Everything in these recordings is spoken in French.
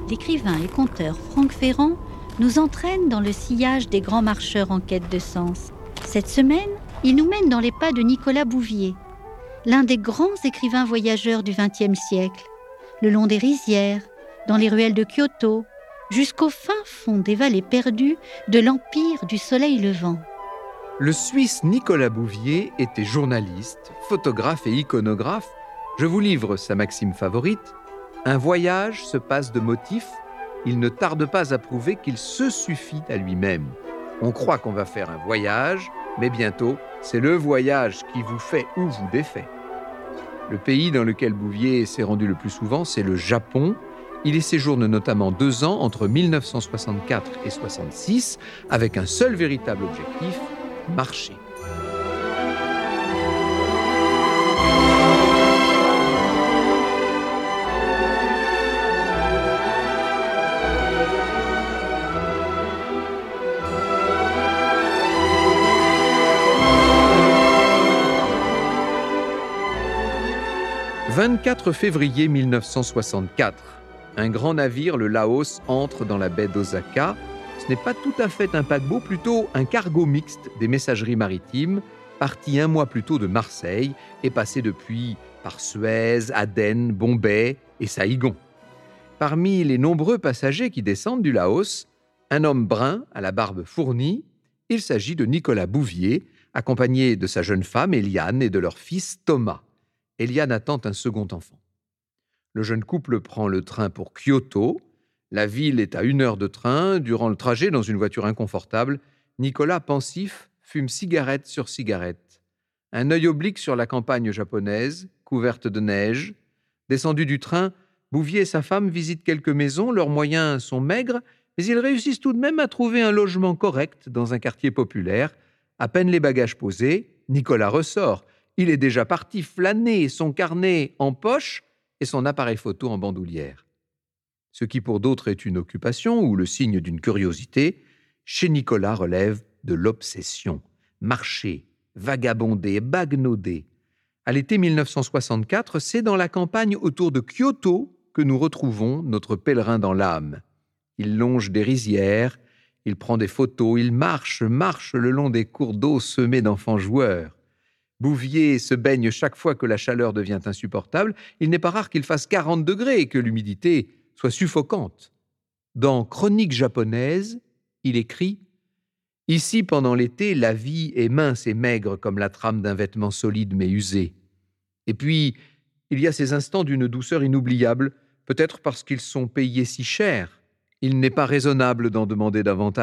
l'écrivain et conteur Franck Ferrand nous entraîne dans le sillage des grands marcheurs en quête de sens. Cette semaine, il nous mène dans les pas de Nicolas Bouvier, l'un des grands écrivains voyageurs du XXe siècle, le long des rizières, dans les ruelles de Kyoto, jusqu'au fin fond des vallées perdues de l'empire du soleil levant. Le Suisse Nicolas Bouvier était journaliste, photographe et iconographe. Je vous livre sa maxime favorite. Un voyage se passe de motifs. Il ne tarde pas à prouver qu'il se suffit à lui-même. On croit qu'on va faire un voyage, mais bientôt, c'est le voyage qui vous fait ou vous défait. Le pays dans lequel Bouvier s'est rendu le plus souvent, c'est le Japon. Il y séjourne notamment 2 ans entre 1964 et 1966, avec un seul véritable objectif, marcher. « 24 février 1964. Un grand navire, le Laos, entre dans la baie d'Osaka. Ce n'est pas tout à fait un paquebot, plutôt un cargo mixte des messageries maritimes, parti 1 mois plus tôt de Marseille et passé depuis par Suez, Aden, Bombay et Saïgon. Parmi les nombreux passagers qui descendent du Laos, un homme brun à la barbe fournie, il s'agit de Nicolas Bouvier, accompagné de sa jeune femme Eliane et de leur fils Thomas. Eliane attend un second enfant. Le jeune couple prend le train pour Kyoto. La ville est à 1 heure de train. Durant le trajet, dans une voiture inconfortable, Nicolas, pensif, fume cigarette sur cigarette. Un œil oblique sur la campagne japonaise, couverte de neige. Descendu du train, Bouvier et sa femme visitent quelques maisons. Leurs moyens sont maigres, mais ils réussissent tout de même à trouver un logement correct dans un quartier populaire. À peine les bagages posés, Nicolas ressort. Il est déjà parti flâner, son carnet en poche et son appareil photo en bandoulière. Ce qui pour d'autres est une occupation ou le signe d'une curiosité, chez Nicolas relève de l'obsession. Marcher, vagabonder, bagnauder. À l'été 1964, c'est dans la campagne autour de Kyoto que nous retrouvons notre pèlerin dans l'âme. Il longe des rizières, il prend des photos, il marche le long des cours d'eau semés d'enfants joueurs. Bouvier se baigne chaque fois que la chaleur devient insupportable. Il n'est pas rare qu'il fasse 40 degrés et que l'humidité soit suffocante. Dans Chroniques japonaises, il écrit « Ici, pendant l'été, la vie est mince et maigre comme la trame d'un vêtement solide mais usé. Et puis, il y a ces instants d'une douceur inoubliable, peut-être parce qu'ils sont payés si cher. Il n'est pas raisonnable d'en demander davantage. »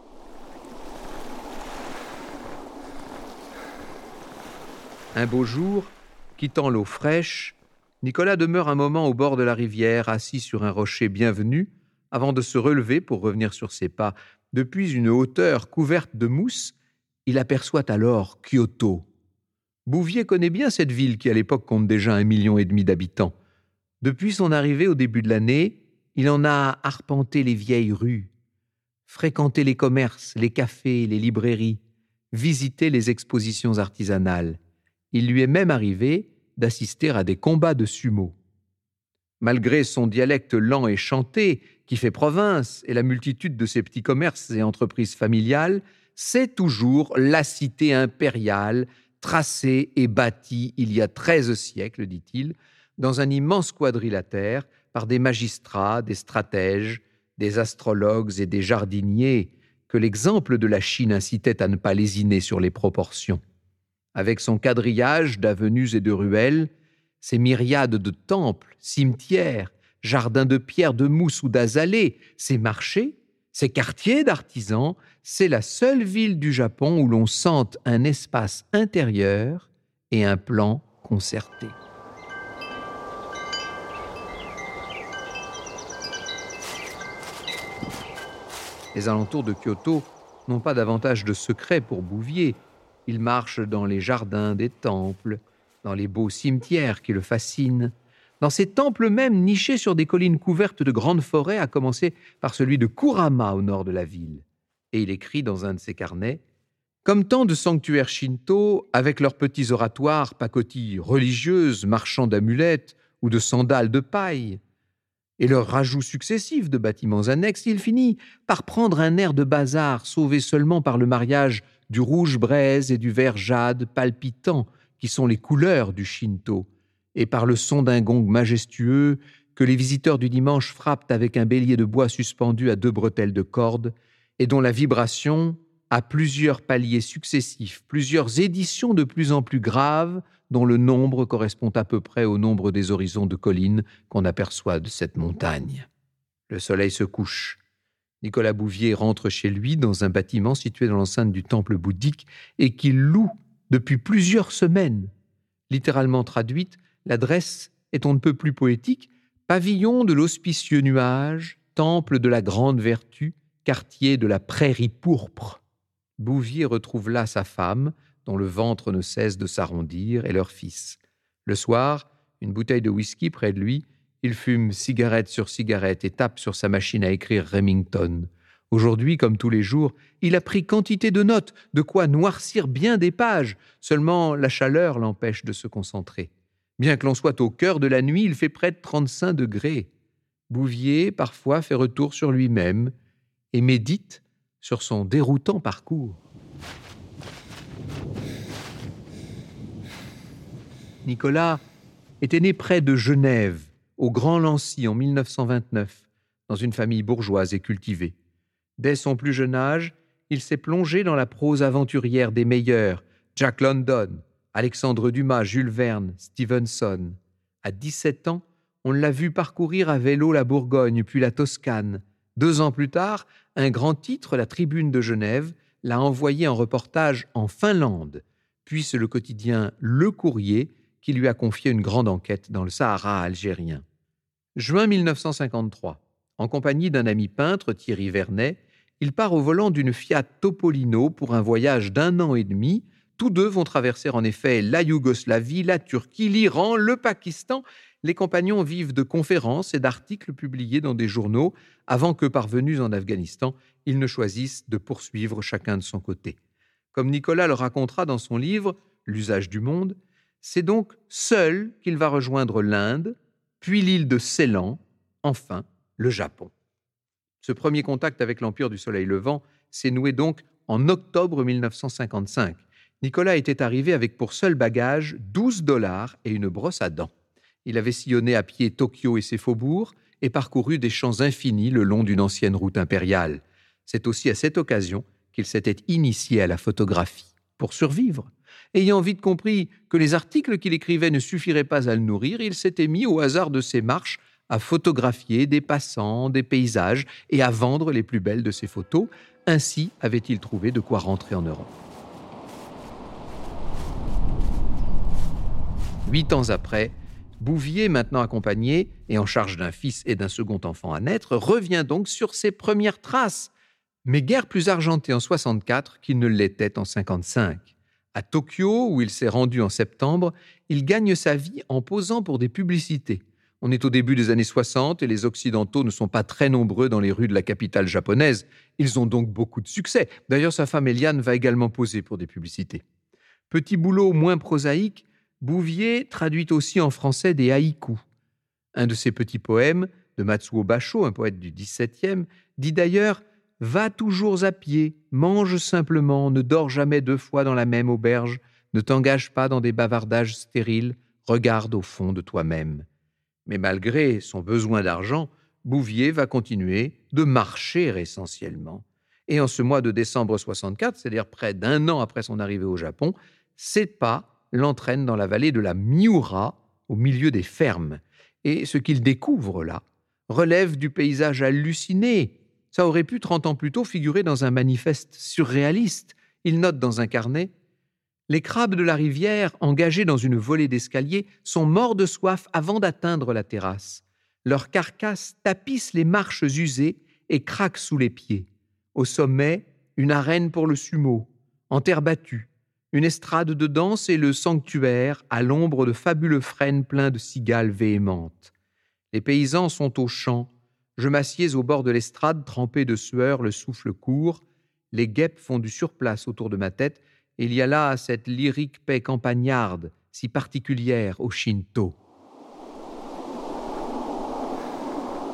Un beau jour, quittant l'eau fraîche, Nicolas demeure un moment au bord de la rivière, assis sur un rocher bienvenu, avant de se relever pour revenir sur ses pas. Depuis une hauteur couverte de mousse, il aperçoit alors Kyoto. Bouvier connaît bien cette ville qui, à l'époque, compte déjà 1,5 million d'habitants. Depuis son arrivée au début de l'année, il en a arpenté les vieilles rues, fréquenté les commerces, les cafés, les librairies, visité les expositions artisanales. Il lui est même arrivé d'assister à des combats de sumo. Malgré son dialecte lent et chanté, qui fait province, et la multitude de ses petits commerces et entreprises familiales, c'est toujours la cité impériale, tracée et bâtie il y a 13 siècles, dit-il, dans un immense quadrilatère, par des magistrats, des stratèges, des astrologues et des jardiniers, que l'exemple de la Chine incitait à ne pas lésiner sur les proportions. Avec son quadrillage d'avenues et de ruelles, ses myriades de temples, cimetières, jardins de pierre, de mousse ou d'azalées, ses marchés, ses quartiers d'artisans, c'est la seule ville du Japon où l'on sente un espace intérieur et un plan concerté. Les alentours de Kyoto n'ont pas davantage de secret pour Bouvier. Il marche dans les jardins des temples, dans les beaux cimetières qui le fascinent, dans ces temples même nichés sur des collines couvertes de grandes forêts, à commencer par celui de Kurama au nord de la ville. Et il écrit dans un de ses carnets « Comme tant de sanctuaires shinto, avec leurs petits oratoires, pacotilles religieuses, marchands d'amulettes ou de sandales de paille, et leurs rajouts successifs de bâtiments annexes, il finit par prendre un air de bazar sauvé seulement par le mariage du rouge braise et du vert jade palpitant, qui sont les couleurs du Shinto, et par le son d'un gong majestueux que les visiteurs du dimanche frappent avec un bélier de bois suspendu à 2 bretelles de corde, et dont la vibration a plusieurs paliers successifs, plusieurs éditions de plus en plus graves, dont le nombre correspond à peu près au nombre des horizons de collines qu'on aperçoit de cette montagne. Le soleil se couche. Nicolas Bouvier rentre chez lui dans un bâtiment situé dans l'enceinte du temple bouddhique et qu'il loue depuis plusieurs semaines. Littéralement traduite, l'adresse est on ne peut plus poétique: pavillon de l'auspicieux nuage, temple de la grande vertu, quartier de la prairie pourpre. Bouvier retrouve là sa femme, dont le ventre ne cesse de s'arrondir, et leur fils. Le soir, une bouteille de whisky près de lui, il fume cigarette sur cigarette et tape sur sa machine à écrire Remington. Aujourd'hui, comme tous les jours, il a pris quantité de notes, de quoi noircir bien des pages. Seulement, la chaleur l'empêche de se concentrer. Bien que l'on soit au cœur de la nuit, il fait près de 35 degrés. Bouvier, parfois, fait retour sur lui-même et médite sur son déroutant parcours. Nicolas était né près de Genève, au Grand Lancy, en 1929, dans une famille bourgeoise et cultivée. Dès son plus jeune âge, il s'est plongé dans la prose aventurière des meilleurs, Jack London, Alexandre Dumas, Jules Verne, Stevenson. À 17 ans, on l'a vu parcourir à vélo la Bourgogne, puis la Toscane. 2 ans plus tard, un grand titre, la Tribune de Genève, l'a envoyé en reportage en Finlande, puis le quotidien Le Courrier, qui lui a confié une grande enquête dans le Sahara algérien. Juin 1953, en compagnie d'un ami peintre, Thierry Vernet, il part au volant d'une Fiat Topolino pour un voyage d'1 an et demi. Tous deux vont traverser en effet la Yougoslavie, la Turquie, l'Iran, le Pakistan. Les compagnons vivent de conférences et d'articles publiés dans des journaux avant que, parvenus en Afghanistan, ils ne choisissent de poursuivre chacun de son côté. Comme Nicolas le racontera dans son livre « L'usage du monde », c'est donc seul qu'il va rejoindre l'Inde, puis l'île de Ceylan, enfin le Japon. Ce premier contact avec l'Empire du Soleil Levant s'est noué donc en octobre 1955. Nicolas était arrivé avec pour seul bagage $12 et une brosse à dents. Il avait sillonné à pied Tokyo et ses faubourgs et parcouru des champs infinis le long d'une ancienne route impériale. C'est aussi à cette occasion qu'il s'était initié à la photographie, pour survivre. Ayant vite compris que les articles qu'il écrivait ne suffiraient pas à le nourrir, il s'était mis au hasard de ses marches à photographier des passants, des paysages et à vendre les plus belles de ses photos. Ainsi avait-il trouvé de quoi rentrer en Europe. 8 ans après, Bouvier, maintenant accompagné et en charge d'un fils et d'un second enfant à naître, revient donc sur ses premières traces, mais guère plus argenté en 64 qu'il ne l'était en 55. À Tokyo, où il s'est rendu en septembre, il gagne sa vie en posant pour des publicités. On est au début des années 60 et les Occidentaux ne sont pas très nombreux dans les rues de la capitale japonaise. Ils ont donc beaucoup de succès. D'ailleurs, sa femme Eliane va également poser pour des publicités. Petit boulot moins prosaïque, Bouvier traduit aussi en français des haïkus. Un de ses petits poèmes, de Matsuo Basho, un poète du XVIIe, dit d'ailleurs « Va toujours à pied, mange simplement, ne dors jamais 2 fois dans la même auberge, ne t'engage pas dans des bavardages stériles, regarde au fond de toi-même. » Mais malgré son besoin d'argent, Bouvier va continuer de marcher essentiellement. Et en ce mois de décembre 64, c'est-à-dire près d'1 an après son arrivée au Japon, ses pas l'entraînent dans la vallée de la Miura, au milieu des fermes. Et ce qu'il découvre là relève du paysage halluciné. Ça aurait pu, 30 ans plus tôt, figurer dans un manifeste surréaliste. Il note dans un carnet « Les crabes de la rivière, engagés dans une volée d'escaliers, sont morts de soif avant d'atteindre la terrasse. Leurs carcasses tapissent les marches usées et craquent sous les pieds. Au sommet, une arène pour le sumo, en terre battue, une estrade de danse et le sanctuaire à l'ombre de fabuleux frênes pleins de cigales véhémentes. Les paysans sont aux champs. Je m'assieds au bord de l'estrade, trempé de sueur, le souffle court. Les guêpes font du surplace autour de ma tête. Et il y a là cette lyrique paix campagnarde, si particulière au Shinto.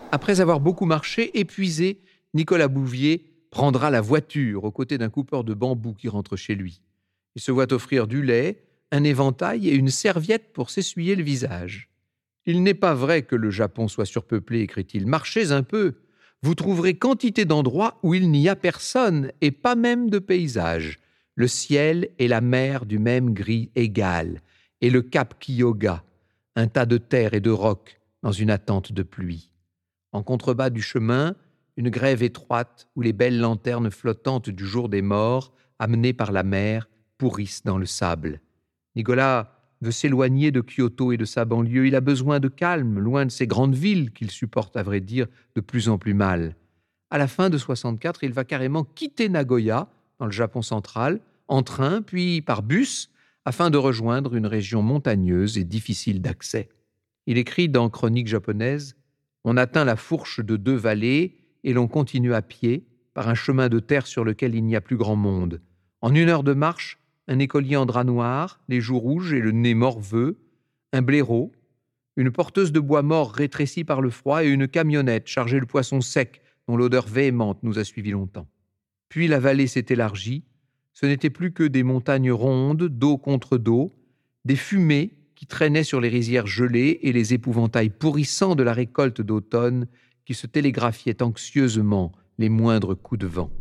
Après avoir beaucoup marché, épuisé, Nicolas Bouvier prendra la voiture aux côtés d'un coupeur de bambou qui rentre chez lui. Il se voit offrir du lait, un éventail et une serviette pour s'essuyer le visage. « Il n'est pas vrai que le Japon soit surpeuplé, écrit-il. Marchez un peu. Vous trouverez quantité d'endroits où il n'y a personne et pas même de paysage. Le ciel et la mer du même gris égal, et le cap Kyoga, un tas de terre et de rocs dans une attente de pluie. En contrebas du chemin, une grève étroite où les belles lanternes flottantes du jour des morts, amenées par la mer, pourrissent dans le sable. Nicolas veut s'éloigner de Kyoto et de sa banlieue. Il a besoin de calme, loin de ces grandes villes qu'il supporte, à vrai dire, de plus en plus mal. À la fin de 64, il va carrément quitter Nagoya, dans le Japon central, en train, puis par bus, afin de rejoindre une région montagneuse et difficile d'accès. Il écrit dans Chroniques japonaises « On atteint la fourche de 2 vallées et l'on continue à pied, par un chemin de terre sur lequel il n'y a plus grand monde. En 1 heure de marche, un écolier en drap noir, les joues rouges et le nez morveux, un blaireau, une porteuse de bois mort rétrécie par le froid et une camionnette chargée de poissons secs dont l'odeur véhémente nous a suivis longtemps. Puis la vallée s'est élargie, ce n'était plus que des montagnes rondes, dos contre dos, des fumées qui traînaient sur les rizières gelées et les épouvantails pourrissants de la récolte d'automne qui se télégraphiaient anxieusement les moindres coups de vent.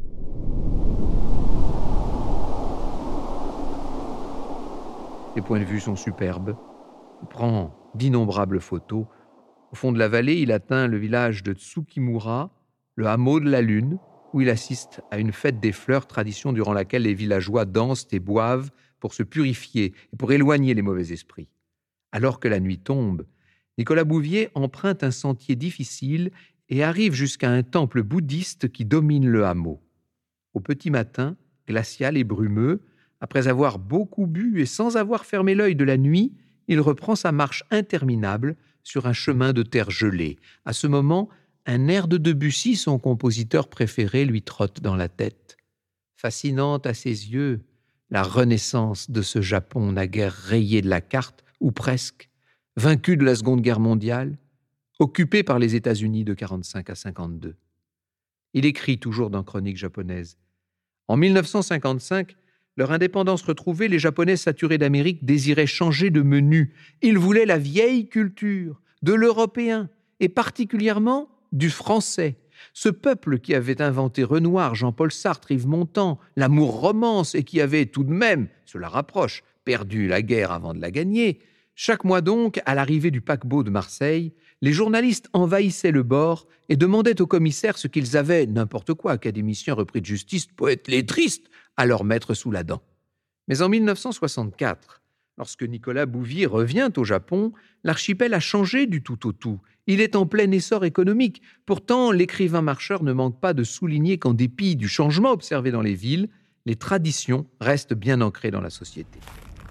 Les points de vue sont superbes. Il prend d'innombrables photos. Au fond de la vallée, il atteint le village de Tsukimura, le hameau de la Lune, où il assiste à une fête des fleurs, tradition durant laquelle les villageois dansent et boivent pour se purifier et pour éloigner les mauvais esprits. Alors que la nuit tombe, Nicolas Bouvier emprunte un sentier difficile et arrive jusqu'à un temple bouddhiste qui domine le hameau. Au petit matin, glacial et brumeux, après avoir beaucoup bu et sans avoir fermé l'œil de la nuit, il reprend sa marche interminable sur un chemin de terre gelée. À ce moment, un air de Debussy, son compositeur préféré, lui trotte dans la tête. Fascinante à ses yeux, la renaissance de ce Japon naguère rayé de la carte, ou presque, vaincu de la Seconde Guerre mondiale, occupé par les États-Unis de 1945 à 1952. Il écrit toujours dans Chroniques japonaises. En 1955, leur indépendance retrouvée, les Japonais saturés d'Amérique désiraient changer de menu. Ils voulaient la vieille culture, de l'européen, et particulièrement du français. Ce peuple qui avait inventé Renoir, Jean-Paul Sartre, Yves Montand, l'amour romance et qui avait tout de même, cela rapproche, perdu la guerre avant de la gagner. Chaque mois donc, à l'arrivée du paquebot de Marseille, les journalistes envahissaient le bord et demandaient aux commissaires ce qu'ils avaient, n'importe quoi, académiciens, repris de justice, poètes lettristes, à leur mettre sous la dent. Mais en 1964, lorsque Nicolas Bouvier revient au Japon, l'archipel a changé du tout au tout. Il est en plein essor économique. Pourtant, l'écrivain marcheur ne manque pas de souligner qu'en dépit du changement observé dans les villes, les traditions restent bien ancrées dans la société.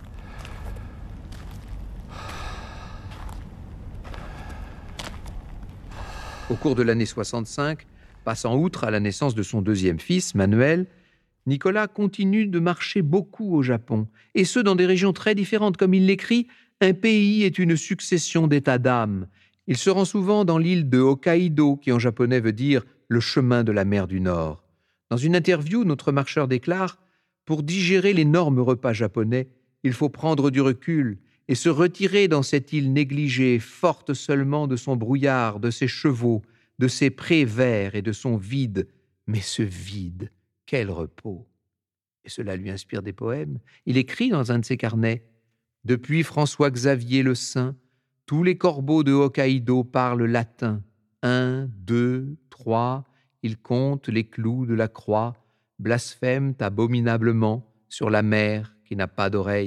Au cours de l'année 65, passant outre à la naissance de son 2e fils, Manuel, Nicolas continue de marcher beaucoup au Japon, et ce dans des régions très différentes. Comme il l'écrit, un pays est une succession d'états d'âme. Il se rend souvent dans l'île de Hokkaido, qui en japonais veut dire « le chemin de la mer du Nord ». Dans une interview, notre marcheur déclare « Pour digérer l'énorme repas japonais, il faut prendre du recul et se retirer dans cette île négligée, forte seulement de son brouillard, de ses chevaux, de ses prés verts et de son vide. Mais ce vide, quel repos !» Et cela lui inspire des poèmes. Il écrit dans un de ses carnets « Depuis François-Xavier le Saint, tous les corbeaux de Hokkaido parlent latin. 1, 2, 3, ils comptent les clous de la croix, blasphèment abominablement sur la mer qui n'a pas d'oreille. »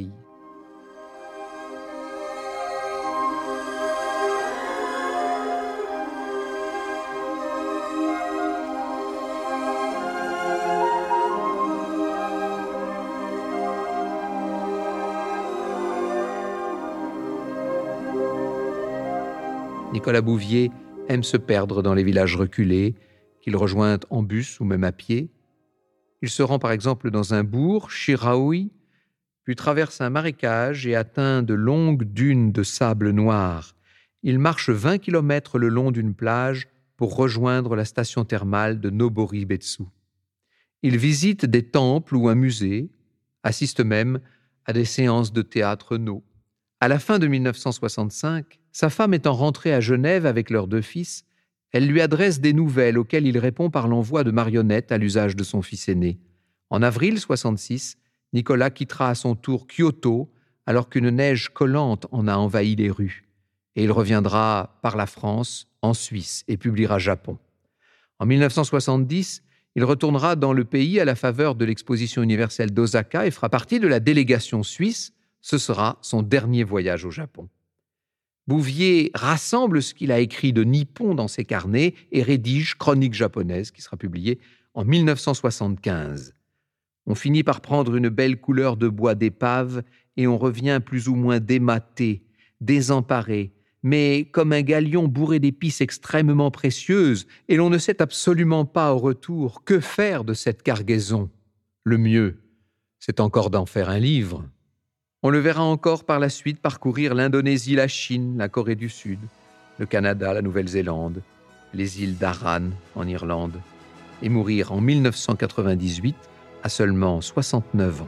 Nicolas Bouvier aime se perdre dans les villages reculés, qu'il rejoint en bus ou même à pied. Il se rend par exemple dans un bourg, Shiraoi, puis traverse un marécage et atteint de longues dunes de sable noir. Il marche 20 kilomètres le long d'une plage pour rejoindre la station thermale de Noboribetsu. Il visite des temples ou un musée, assiste même à des séances de théâtre No. À la fin de 1965, sa femme étant rentrée à Genève avec leurs 2 fils, elle lui adresse des nouvelles auxquelles il répond par l'envoi de marionnettes à l'usage de son fils aîné. En avril 1966, Nicolas quittera à son tour Kyoto alors qu'une neige collante en a envahi les rues. Et il reviendra par la France, en Suisse, et publiera Japon. En 1970, il retournera dans le pays à la faveur de l'exposition universelle d'Osaka et fera partie de la délégation suisse. Ce sera son dernier voyage au Japon. Bouvier rassemble ce qu'il a écrit de nippon dans ses carnets et rédige Chronique japonaise, qui sera publiée en 1975. On finit par prendre une belle couleur de bois d'épave et on revient plus ou moins dématé, désemparé, mais comme un galion bourré d'épices extrêmement précieuses, et l'on ne sait absolument pas au retour que faire de cette cargaison. Le mieux, c'est encore d'en faire un livre. On le verra encore par la suite parcourir l'Indonésie, la Chine, la Corée du Sud, le Canada, la Nouvelle-Zélande, les îles d'Aran en Irlande, et mourir en 1998 à seulement 69 ans.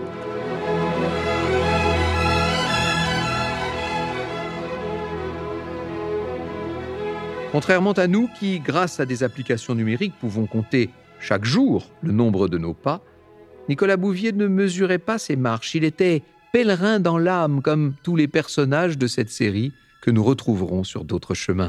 Contrairement à nous qui, grâce à des applications numériques, pouvons compter chaque jour le nombre de nos pas, Nicolas Bouvier ne mesurait pas ses marches. Il était pèlerin dans l'âme, comme tous les personnages de cette série que nous retrouverons sur d'autres chemins.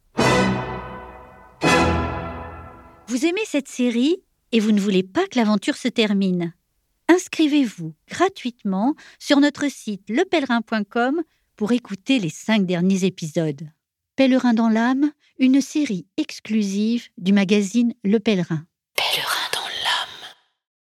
Vous aimez cette série et vous ne voulez pas que l'aventure se termine? Inscrivez-vous gratuitement sur notre site lepèlerin.com pour écouter les 5 derniers épisodes. Pèlerin dans l'âme, une série exclusive du magazine Le Pèlerin.